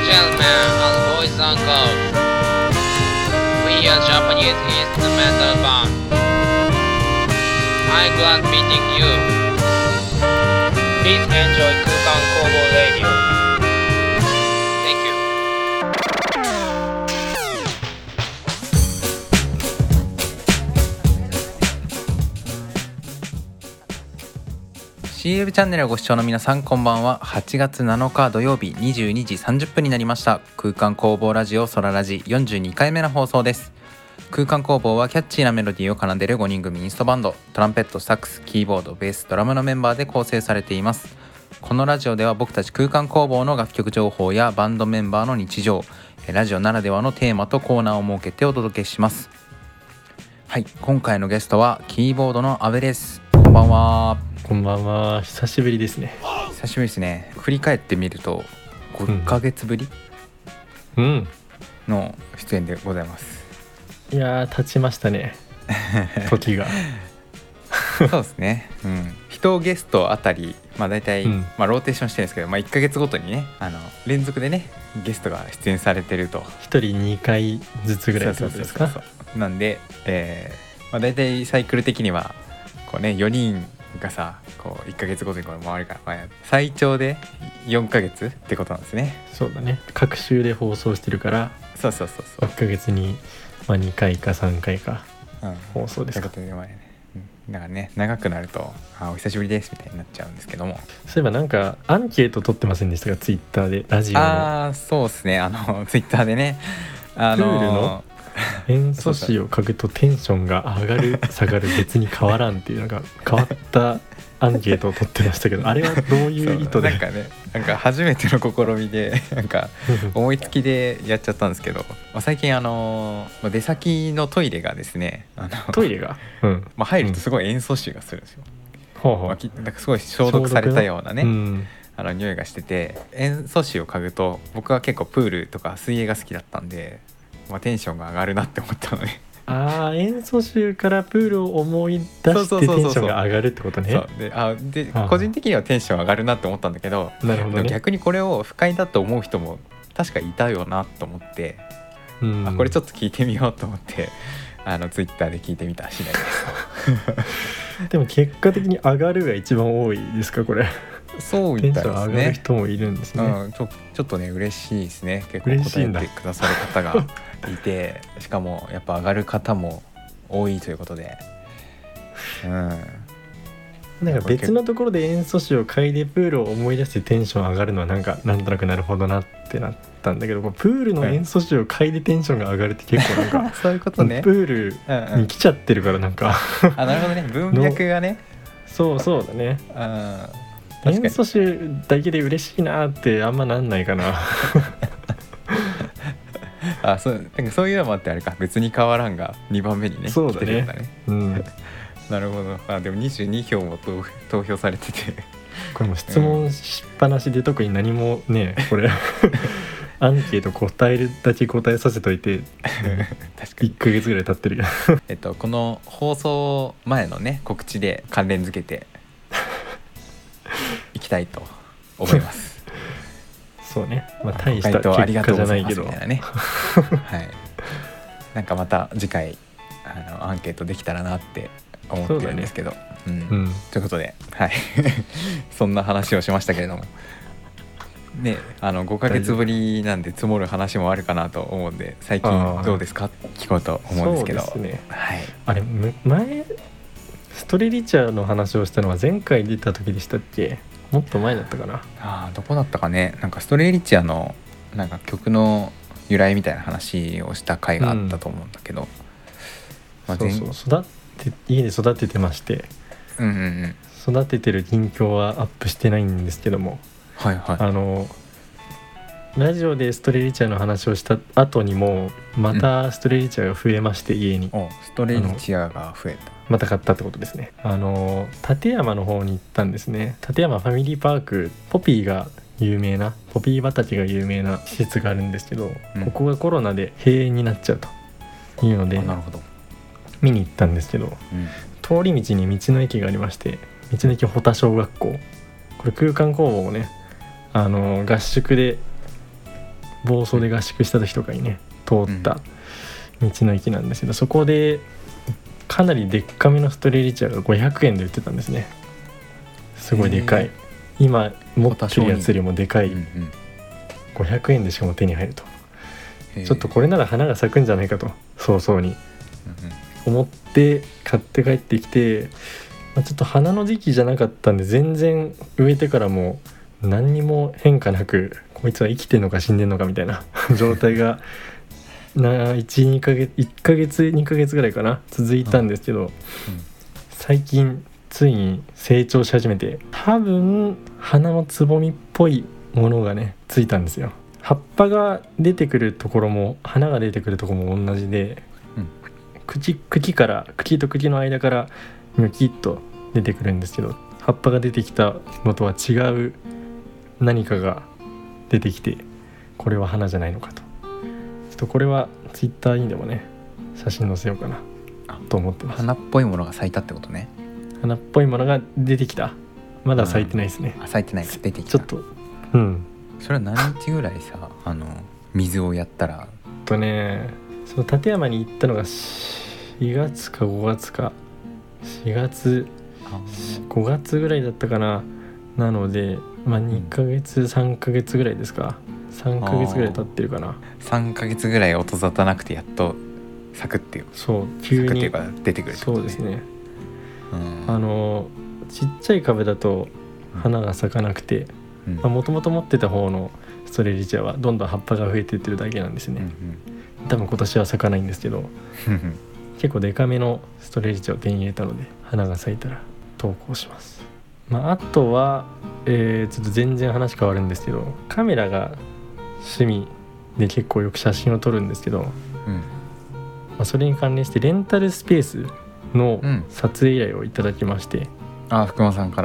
gentlemen and boys and girls, we are Japanese instrumental band. I'm glad meeting you. Please enjoy 空間工房 Radio. Thank you. CF チャンネルをご視聴の皆さんこんばんは。8月7日土曜日22時30分になりました。空間工房ラジオソララジ42回目の放送です。空間工房はキャッチーなメロディーを奏でる5人組インストバンド、トランペット、サックス、キーボード、ベース、ドラムのメンバーで構成されています。このラジオでは僕たち空間工房の楽曲情報やバンドメンバーの日常、ラジオならではのテーマとコーナーを設けてお届けします。はい、今回のゲストはキーボードの阿部です。こんばんは。 こんばんは。久しぶりですね。 久しぶりですね。振り返ってみると5ヶ月ぶりの出演でございます。 いやー経ちましたね時がそうですね、1ゲストあたり、だいたい、ローテーションしてるんですけど、1ヶ月ごとにね連続でねゲストが出演されてると。 1人2回ずつぐらいってことですか。 そうなんで、だいたいサイクル的にはこうね4人がさこう1ヶ月ごとにこれ回るから、最長で4ヶ月ってことなんですね。 そうだね。各週で放送してるからそう 1ヶ月に、2回か3回か放送ですか。 ということでだからね長くなるとお久しぶりですみたいになっちゃうんですけども、 そういえばなんかアンケート取ってませんでしたか、ツイッターで。ラジオのそうですね、ツイッターでねプールの塩素紙を書くとテンションが上がる下がる別に変わらんっていうのが変わったアンケートを取ってましたけどあれはどういう意図で。 なんか初めての試みでなんか思いつきでやっちゃったんですけど、最近出先のトイレがですねトイレが、 入るとすごい塩素臭がするんですよ。なんかすごい消毒されたようなね匂いがしてて、塩素臭を嗅ぐと僕は結構プールとか水泳が好きだったんで、テンションが上がるなって思ったので塩素臭からプールを思い出してテンションが上がるってことね。 で個人的にはテンション上がるなって思ったんだけど、 なるほどね。 逆にこれを不快だと思う人も確かいたよなと思って、これちょっと聞いてみようと思ってツイッターで聞いてみた次第ですでも結果的に上がるが一番多いですかこれ。 そうみたいですね。 テンション上がる人もいるんですね。 ちょっとね嬉しいですね。結構答えてくださる方がいてしかもやっぱ上がる方も多いということで、 なんか別のところで塩素紙を嗅いでプールを思い出してテンション上がるのはなんとなくなるほどなってなったんだけど、プールの塩素紙を嗅いでテンションが上がるって結構なんかそういうことね。 プールに来ちゃってるからなんかなるほどね、文脈がねそうだね。塩素紙だけで嬉しいなってあんまなんないかななんかそういうのもあってあれか、別に変わらんが2番目にねそうだね。 来てるんだね。なるほど。でも22票も投票されててこれも質問しっぱなしで特に何もねこれアンケート答えるだけ答えさせといて確かに 1ヶ月ぐらい経ってるよこの放送前のね告知で関連付けていきたいと思いますそうね、大した結果じゃないけど、 ねはい、なんかまた次回アンケートできたらなって思ってるんですけど、ということで、そんな話をしましたけれどもね、5ヶ月ぶりなんで積もる話もあるかなと思うんで、最近どうですか聞こうと思うんですけど。 そうですね、あれ前ストレリチャーの話をしたのは前回出た時でしたっけ。もっと前だったかな。 どこだったかね。なんかストレリチャーのなんか曲の由来みたいな話をした回があったと思うんだけど、 家で育ててまして、育ててる近況はアップしてないんですけども、ラジオでストレリチャーの話をした後にもまたストレリチャーが増えまして、家にストレリチャーが増えた。 また買ったってことですね。館山の方に行ったんですね。館山ファミリーパーク、ポピー畑が有名な施設があるんですけど、ここがコロナで閉園になっちゃうというので見に行ったんですけど、通り道に道の駅がありまして、道の駅保田小学校、これ空間工房をね合宿で房総で合宿した時とかにね通った道の駅なんですけど、そこでかなりでっかめのストレリチャーが500円で売ってたんですね。すごいでかい、今持ってるやつよりもでかい、500円でしかも手に入ると、ちょっとこれなら花が咲くんじゃないかと早々に思って買って帰ってきて、ちょっと花の時期じゃなかったんで全然植えてからも何にも変化なく、こいつは生きてんのか死んでんのかみたいな状態が1ヶ月2ヶ月ぐらいかな続いたんですけど、最近ついに成長し始めて、多分花のつぼみっぽいものがねついたんですよ。葉っぱが出てくるところも花が出てくるところも同じで、茎と茎の間からニョキッと出てくるんですけど、葉っぱが出てきたのとは違う何かが出てきて、これは花じゃないのかと、ちょっとこれはツイッターにでもね写真載せようかなと思ってます。 花っぽいものが咲いたってことね。 花っぽいものが出てきた。まだ咲いてないですね。 咲いてないか、出てきた。 ちょっとそれは何日ぐらいさ水をやったら。 その館山に行ったのが4月か5月か4月5月ぐらいだったかな。なので2ヶ月3ヶ月ぐらいですか。3ヶ月ぐらい経ってるかな。 3ヶ月ぐらい音沙汰なくてやっと咲くっていう。 そう急に咲くっていうか出てくるってこと。 そうですね、ちっちゃい株だと花が咲かなくて、もともと持ってた方のストレリチャーはどんどん葉っぱが増えていってるだけなんですね、多分今年は咲かないんですけど結構デカめのストレリチャーを手に入れたので、花が咲いたら投稿します。あとは、ちょっと全然話変わるんですけど、カメラが趣味で結構よく写真を撮るんですけど、それに関連してレンタルスペースの撮影依頼をいただきまして、 福間さんから。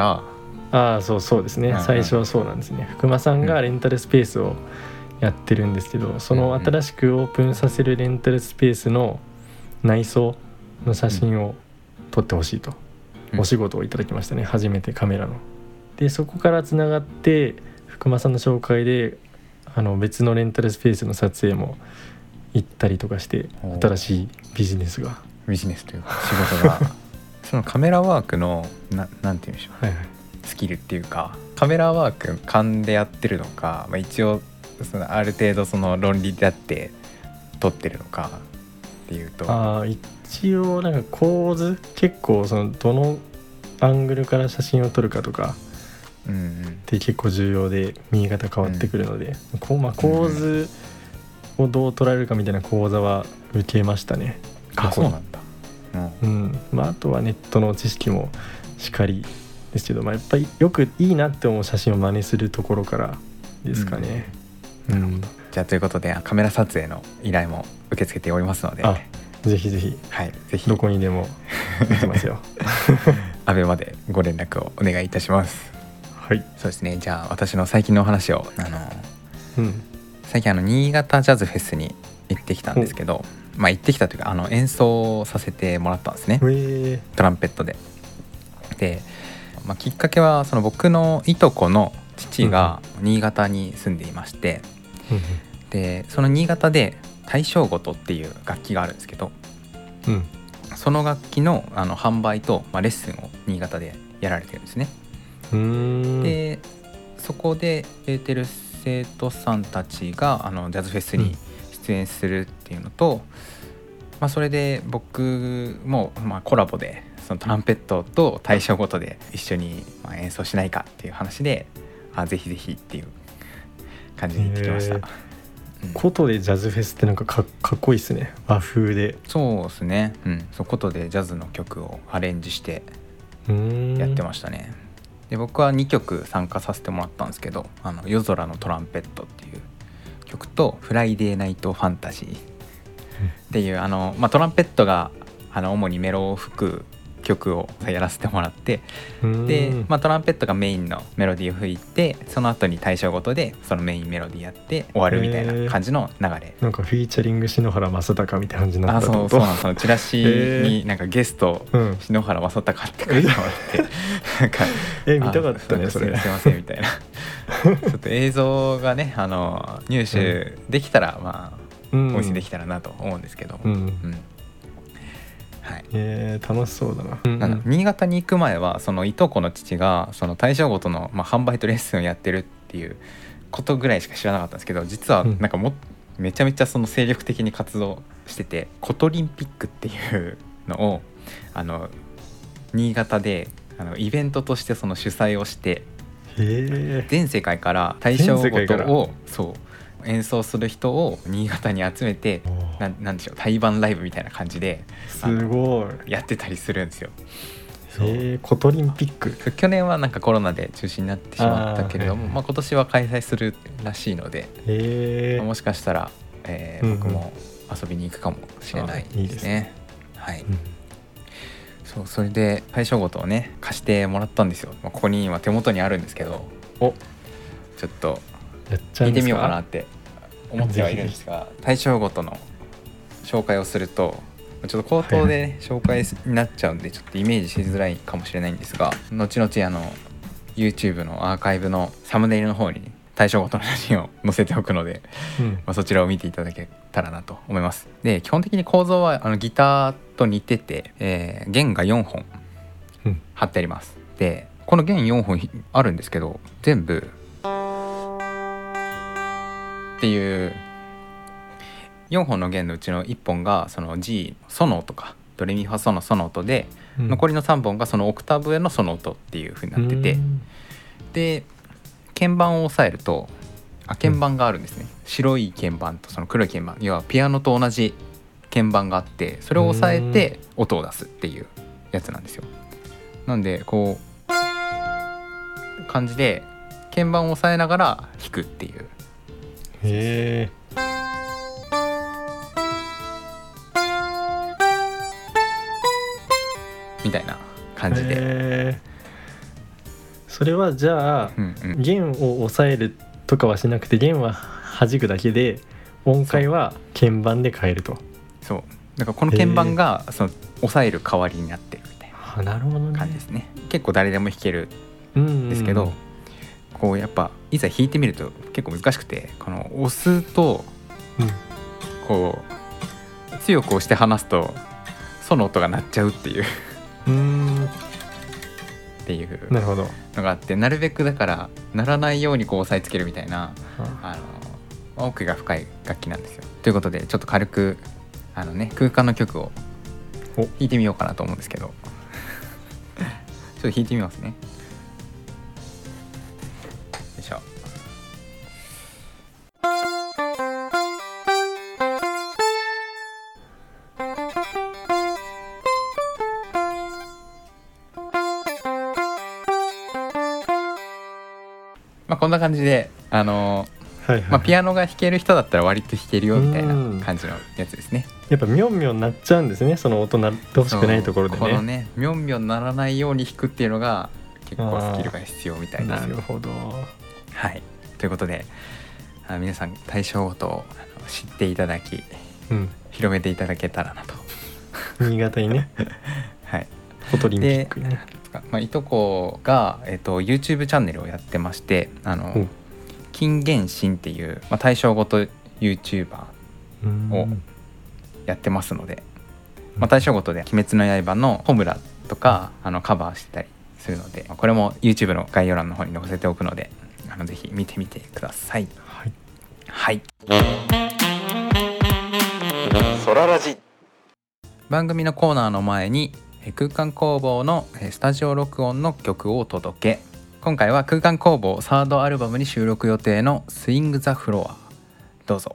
そうですね、最初はそうなんですね。福間さんがレンタルスペースをやってるんですけど、その新しくオープンさせるレンタルスペースの内装の写真を撮ってほしいとお仕事をいただきましたね、初めてカメラの。でそこからつながって福間さんの紹介で別のレンタルスペースの撮影も行ったりとかして、新しいビジネスというか仕事がそのカメラワークのなんて言うんでしょう、スキルっていうか、カメラワーク勘でやってるのか、一応ある程度その論理であって撮ってるのかっていうと、 一応なんか構図、結構どのアングルから写真を撮るかとかって結構重要で見え方変わってくるので、構図をどう捉えるかみたいな講座は受けましたね。 そうなんだ。 あとはネットの知識もしっかりですけど、やっぱりよくいいなって思う写真を真似するところからですかね。 じゃあということでカメラ撮影の依頼も受け付けておりますので、 ぜひぜひ、 ぜひどこにでも行きますよアベまでご連絡をお願いいたします。そうですね。じゃあ私の最近のお話を最近新潟ジャズフェスに行ってきたんですけど、行ってきたというか演奏させてもらったんですね、トランペットで。で、きっかけはその僕のいとこの父が新潟に住んでいまして、でその新潟で大正琴っていう楽器があるんですけど、その楽器の販売と、レッスンを新潟でやられてるんですね。でそこで出てる生徒さんたちがジャズフェスに出演するっていうのと、それで僕もコラボでそのトランペットと大正琴で一緒に演奏しないかっていう話で、ぜひぜひっていう感じに行ってきました。 琴でジャズフェスってなんかかっこいいですね、和風で。 そうですね、琴でジャズの曲をアレンジしてやってましたね。で僕は2曲参加させてもらったんですけど、夜空のトランペットっていう曲とフライデーナイトファンタジーっていうトランペットが主にメロを吹く曲をやらせてもらって、で、トランペットがメインのメロディーを吹いて、その後に大正琴でそのメインメロディーやって終わるみたいな感じの流れ。 なんかフィーチャリング篠原正隆みたいな感じになったってこと？ そうなんです。チラシになんかゲスト、篠原正隆って書いてもらってなんか見たかったねそれ。 すいませんみたいなちょっと映像がね入手できたら、まあお見せできたらなと思うんですけども、はい、 楽しそうだな。 新潟に行く前はそのいとこの父がその大正ごとの、販売とレッスンをやってるっていうことぐらいしか知らなかったんですけど、実はなんかめちゃめちゃその精力的に活動してて、コトリンピックっていうのを新潟でイベントとしてその主催をして、全世界から大正ごとをそう演奏する人を新潟に集めて、なんでしょう、対バンライブみたいな感じですごいやってたりするんですよ。 コトリンピック、 去年はなんかコロナで中止になってしまったけれども、今年は開催するらしいので、もしかしたら、僕も遊びに行くかもしれないですね。はい、それで大正ごとをね貸してもらったんですよ。ここに今手元にあるんですけど、ちょっと聞いてみようかなって思ってはいるんですが、大正ごとの紹介をするとちょっと口頭で、紹介になっちゃうんでちょっとイメージしづらいかもしれないんですが、後々YouTube のアーカイブのサムネイルの方に大正ごとの写真を載せておくので、そちらを見ていただけたらなと思います。で、基本的に構造はギターと似てて、弦が4本貼ってあります。でこの弦4本あるんですけど、全部っていう4本の弦のうちの1本がその G ソの音かドレミファソのソの音で、残りの3本がそのオクターブへのソの音っていう風になってて、で鍵盤を押さえると鍵盤があるんですね。白い鍵盤とその黒い鍵盤、要はピアノと同じ鍵盤があって、それを押さえて音を出すっていうやつなんですよ。なんでこう感じで鍵盤を押さえながら弾くっていう。みたいな感じで、 それはじゃあ、弦を押さえるとかはしなくて、弦は弾くだけで音階は鍵盤で変えると。 そうだからこの鍵盤がその押さえる代わりになってるみたいな感じですね。結構誰でも弾けるんですけど、こうやっぱいざ弾いてみると結構難しくて、この押すと、こう強く押して離すとその音が鳴っちゃうっていうっていうのがあって、なるべくだから鳴らないようにこう押さえつけるみたいな、奥が深い楽器なんですよ。ということでちょっと軽く空間の曲を弾いてみようかなと思うんですけどちょっと弾いてみますね。よいしょ。こんな感じでピアノが弾ける人だったら割と弾けるよみたいな感じのやつですね。 やっぱミョンミョン鳴っちゃうんですね、その音鳴ってほしくないところでね。 このねミョンミョン鳴らないように弾くっていうのが結構スキルが必要みたいです。 なるほど。 はい、ということで皆さん大正ごとを知っていただき、広めていただけたらなと。 新潟にねはい、 コトリンピックにね。 いとこが、YouTube チャンネルをやってまして、金元神っていう、大正ごと YouTuber をやってますので、大正ごとで鬼滅の刃のホムラとかカバーしてたりするので、これも YouTube の概要欄の方に載せておくのでぜひ見てみてください。はい、ソララジ。番組のコーナーの前に空間工房のスタジオ録音の曲をお届け。今回は空間工房サードアルバムに収録予定のスイングザフロア、どうぞ。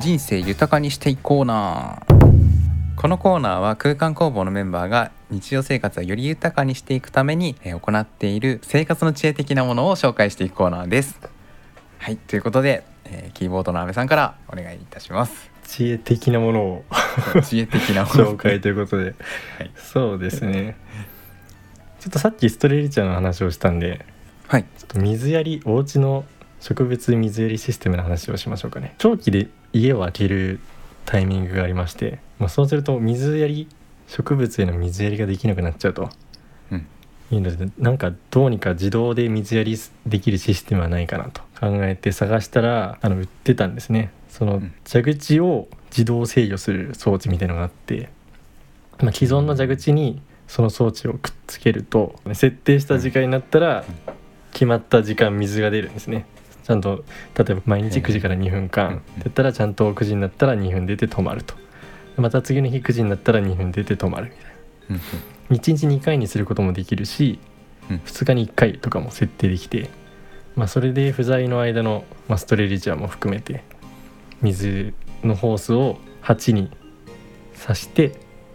人生豊かにしていこうな。このコーナーは空間工房のメンバーが日常生活をより豊かにしていくために行っている生活の知恵的なものを紹介していくコーナーです。はい、ということで、キーボードの阿部さんからお願いいたします。 知恵的なものを知恵的なもの紹介ということで、はい、そうですね。ちょっとさっきストレリチャーの話をしたんで、はい、ちょっと水やり、お家の植物水やりシステムの話をしましょうかね。長期で家を空けるタイミングがありまして、そうすると植物への水やりができなくなっちゃうと、いうので、なんかどうにか自動で水やりできるシステムはないかなと考えて探したら売ってたんですね。その蛇口を自動制御する装置みたいなのがあって、既存の蛇口にその装置をくっつけると、設定した時間になったら決まった時間水が出るんですね。ちゃんと例えば毎日9時から2分間って言ったら、ちゃんと9時になったら2分出て止まると、また次の日9時になったら2分出て止まるみたいな、1日2回にすることもできるし、2日に1回とかも設定できて、それで不在の間のストレリチャーも含めて水のホースを鉢に挿して、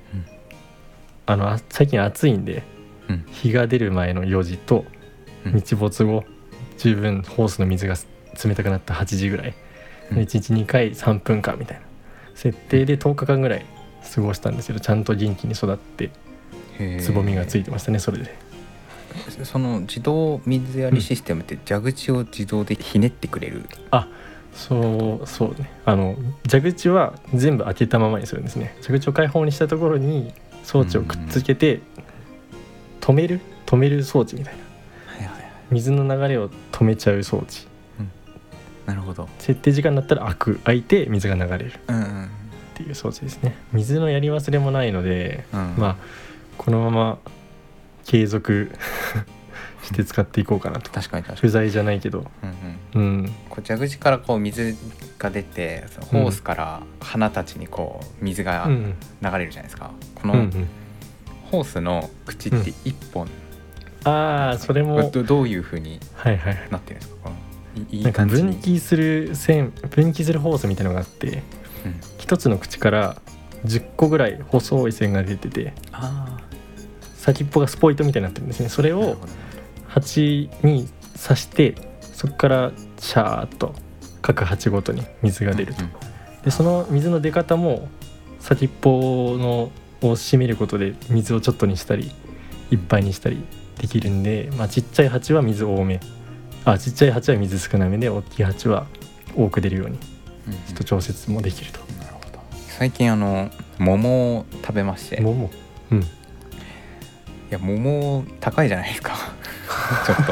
最近暑いんで、日が出る前の4時と日没後十分ホースの水が冷たくなった8時ぐらい、1日2回3分間みたいな設定で10日間ぐらい過ごしたんですけど、ちゃんと元気に育ってつぼみがついてましたね。それでその自動水やりシステムって蛇口を自動でひねってくれる、 そうね。蛇口は全部開けたままにするんですね。蛇口を開放にしたところに装置をくっつけて止める装置みたいな、水の流れを止めちゃう装置、 なるほど。 設定時間になったら開いて水が流れるっていう装置ですね。水のやり忘れもないので、このまま継続して使っていこうかなと。 確かに不在じゃないけど、 こう蛇口からこう水が出て、そのホースから花たちにこう水が流れるじゃないですか。このホースの口って1本、 それもどういう風になってるんですか。いい感じに分岐するホースみたいなのがあって、一つの口から10個ぐらい細い線が出てて、先っぽがスポイトみたいになってるんですね。それを鉢に刺して、そこからシャーっと各鉢ごとに水が出ると、でその水の出方も先っぽを締めることで水をちょっとにしたりいっぱいにしたりできるんで、ちっちゃい鉢は水多め、ちっちゃい鉢は水少なめで、大きい鉢は多く出るようにちょっと調節もできると。 なるほど。最近桃を食べまして。 桃、 いや桃高いじゃないですかちょっと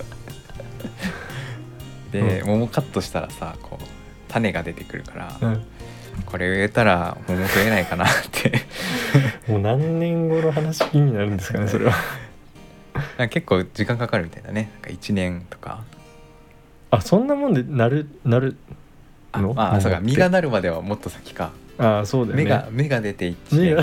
で、桃カットしたらさ、こう種が出てくるから、これ植えたら桃食えないかなってもう何年後の話になるんですかねそれは結構時間かかるみたいだね。なんか1年とか。 そんなもんでなるの。 そうか、実がなるまではもっと先か。 そうだよね。 芽が出て1年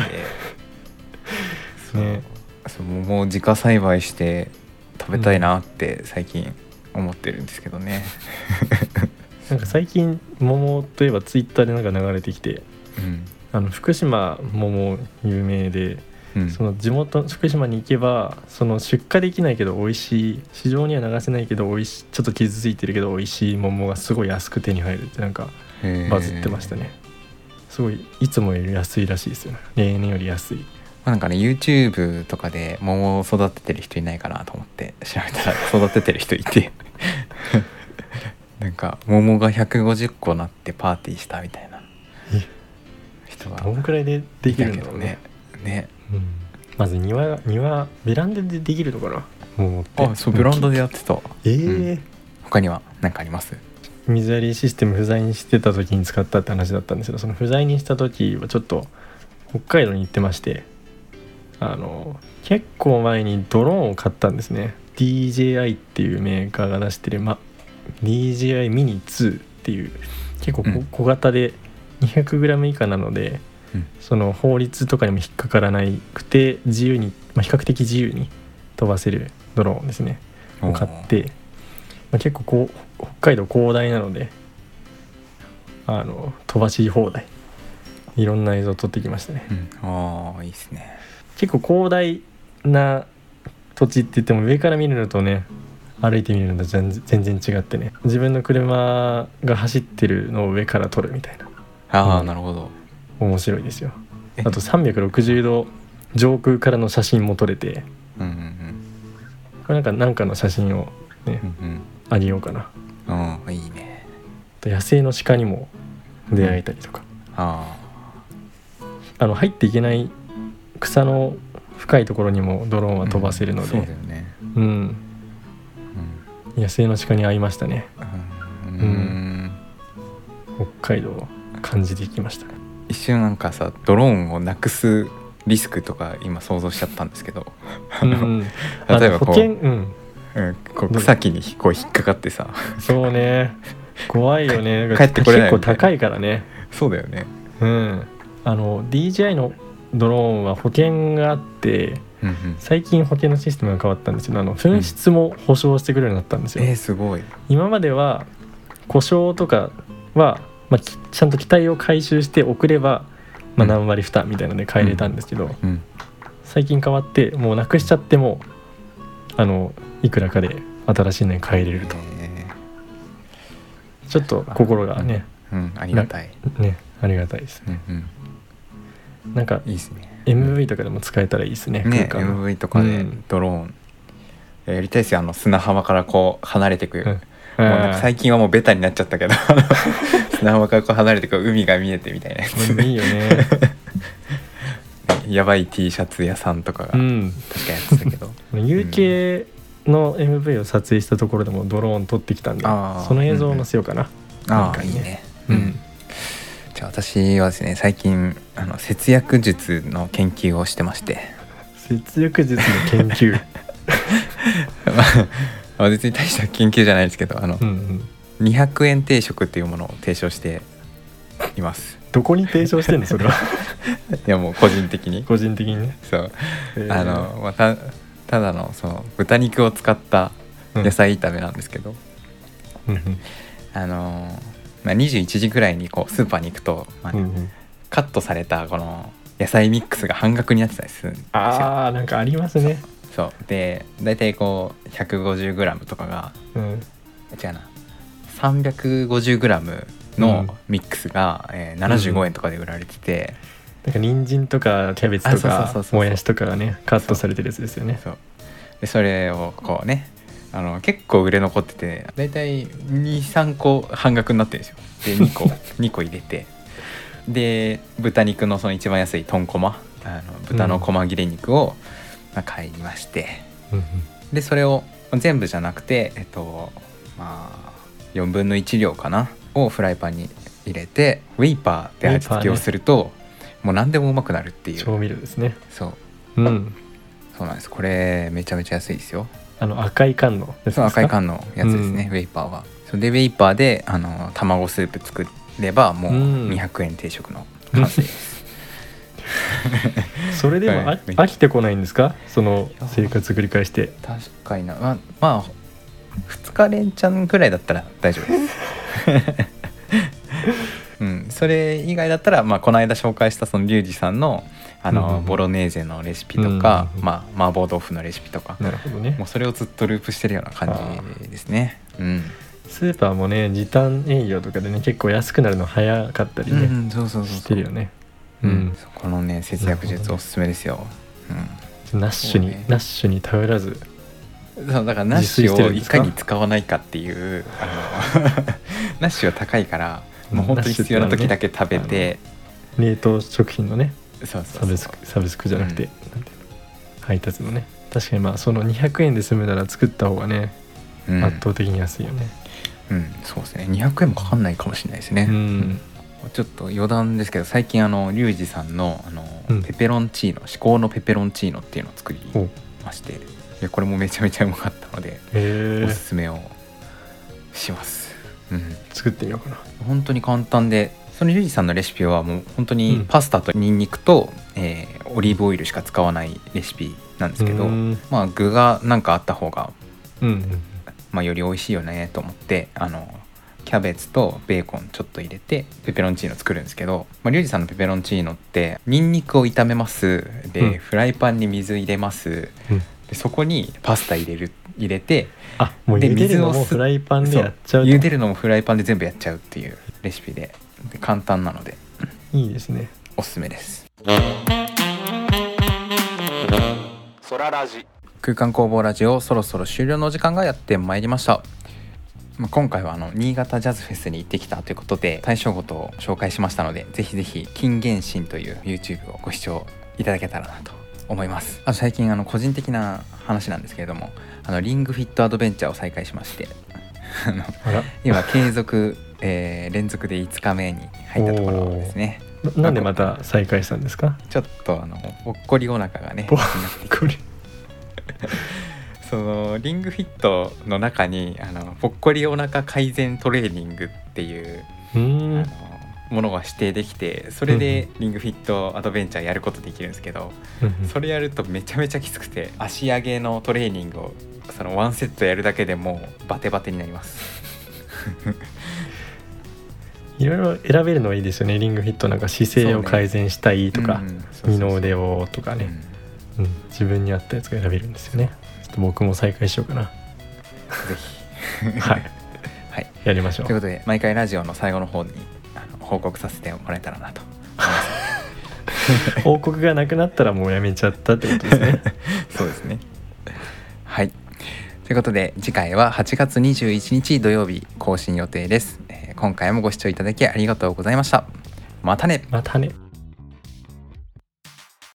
で桃を自家栽培して食べたいなって最近思ってるんですけどね、 なんか最近桃といえばツイッターでなんか流れてきて、福島桃有名で、その地元福島に行けば、その出荷できないけど美味しい、市場には流せないけど美味しい、ちょっと傷ついてるけど美味しい桃がすごい安く手に入るってなんかバズってましたね。すごいいつもより安いらしいですよね。例年より安い。 なんかね YouTube とかで桃を育ててる人いないかなと思って調べたら育ててる人いてなんか桃が150個なってパーティーしたみたいな人がどんくらいでできるんだろうね。まず庭ベランダでできるのかな、桃って。 そう、ベランダでやってた。他には何かあります？ 水やりシステム不在にしてた時に使ったって話だったんですけど、その不在にした時はちょっと北海道に行ってまして、結構前にドローンを買ったんですね。 DJI っていうメーカーが出してる、DJI Mini 2っていう結構小型で 200g 以下なので、その法律とかにも引っかからなくて自由に、比較的自由に飛ばせるドローンですねを買って、結構北海道広大なので、 飛ばし放題いろんな映像を撮ってきましたね。 ああいいですね。 結構広大な土地って言っても上から見るのとね歩いてみるのと全然違ってね、自分の車が走ってるのを上から撮るみたいな、 なるほど。 面白いですよ。あと360度上空からの写真も撮れて、これなんかの写真をね、あげようかな。 いいね。 野生の鹿にも出会えたりとか、入っていけない草の深いところにもドローンは飛ばせるので、 そうだよね。 野生の鹿に会いましたね。北海道を感じてきました。 一瞬なんかさドローンをなくすリスクとか今想像しちゃったんですけど、例えばこう草木にこう引っかかってさそうね怖いよね。 帰ってこれない結構高いからね。 そうだよね。 DJI のドローンは保険があって、最近保険のシステムが変わったんですけど、紛失も保証してくれるようになったんですよ。 すごい。 今までは故障とかは、ちゃんと機体を回収して送れば、何割負担みたいなので買えれたんですけど、最近変わってもうなくしちゃってもいくらかで新しいのに変えれると、ちょっと心がね、 ありがたいね、ありがたいですね。なんかいいですね。 MV とかでも使えたらいいですね。 MV とかでドローン、やりたいですよ。砂浜からこう離れていく、もうなんか最近はもうベタになっちゃったけど砂浜からこう離れていく海が見えてみたいなやついいよねやばい T シャツ屋さんとかが確かやってたけど、 UK の MV を撮影したところでもドローン撮ってきたんで、その映像を載せようかな。 いいね。じゃあ私はですね最近節約術の研究をしてまして。 節約術の研究別に大した研究じゃないですけど200円定食っていうものを提唱しています。 どこに提唱してんのそれはいやもう個人的にね。 そう、ただのその豚肉を使った野菜炒めなんですけど、21時ぐらいにこうスーパーに行くと、カットされたこの野菜ミックスが半額になってたりするんですよ。 なんかありますね。 そうでだいたいこう 150g とかが、違うな 350g のミックスが、75円とかで売られてて、 なんか人参とかキャベツとかもやしとかがねカットされてるやつですよね。 そうでそれをこうね結構売れ残っててだいたい 2,3 個半額になってるんですよ。で2個入れてで豚肉のその一番安いトンコマ豚の細切れ肉を買いまして、でそれを全部じゃなくて4分の1量かなをフライパンに入れてウェイパーで味付けをすると、もう何でもうまくなるっていう調味料ですね。 そうそうなんです。これめちゃめちゃ安いですよ。 赤い缶のやつですか？ 赤い缶のやつですね、ウェイパーは。それでウェイパーで卵スープ作ればもう200円定食の完成ですそれでも飽きてこないんですか？その生活繰り返して。 確かにな。2日連チャンぐらいだったら大丈夫ですそれ以外だったら、この間紹介したそのリュウジさんのボロネーゼのレシピとか、麻婆豆腐のレシピとか、 なるほどね、 もうそれをずっとループしてるような感じですね。 スーパーもね時短営業とかでね結構安くなるの早かったりね、してるよね。 このね節約術おすすめですよ。 ナッシュに頼らず。 そうだからナッシュをいかに使わないかっていうナッシュは高いからもう本当に必要な時だけ食べて、 冷凍食品のねサブスクじゃなくて、配達のね。確かにその200円で済むなら作った方がね、圧倒的に安いよね。 そうですね。200円もかかんないかもしれないですね。ちょっと余談ですけど最近リュウジさんのペペロンチーノ、至高のペペロンチーノっていうのを作りまして、これもめちゃめちゃうまかったのでおすすめをします。 作ってみようかな。 本当に簡単で、そのリュウジさんのレシピはもう本当にパスタとニンニクと、オリーブオイルしか使わないレシピなんですけど、具がなんかあった方が、より美味しいよねと思ってキャベツとベーコンちょっと入れてペペロンチーノ作るんですけど、リュウジさんのペペロンチーノってニンニクを炒めますで、 うんフライパンに水入れます、 うんでそこにパスタ入れて、 あ、もうで茹でるの水をもフライパンでやっちゃそううと。 茹でるのもフライパンで全部やっちゃうっていうレシピで簡単なのでいいですね。 おすすめです。 ソララジ。 空間工房ラジオ、そろそろ終了のお時間がやってまいりました。今回は新潟ジャズフェスに行ってきたということで対象ごとを紹介しましたので、ぜひぜひ金原神という YouTube をご視聴いただけたらなと思います。最近個人的な話なんですけれども、リングフィットアドベンチャーを再開しましてあら今継続、連続で5日目に入ったところですね。 なんでまた再開したんですか？ ちょっとぽっこりお腹がねぽっこりそのリングフィットの中にぽっこりお腹改善トレーニングっていうものが指定できて、それでリングフィットアドベンチャーやることできるんですけど、それやるとめちゃめちゃきつくて、足上げのトレーニングをそのワンセットやるだけでもうバテバテになりますいろいろ選べるのはいいですよね。リングフィットなんか姿勢を改善したいとか、二の腕をとかね、自分に合ったやつが選べるんですよね。ちょっと僕も再開しようかな。 ぜひはい、 はい、 やりましょう。 ということで毎回ラジオの最後の方に報告させてもらえたらなと報告がなくなったらもうやめちゃったってことですねそうですね。はい、ということで次回は8月21日土曜日更新予定です。今回もご視聴いただきありがとうございました。またね。 またね。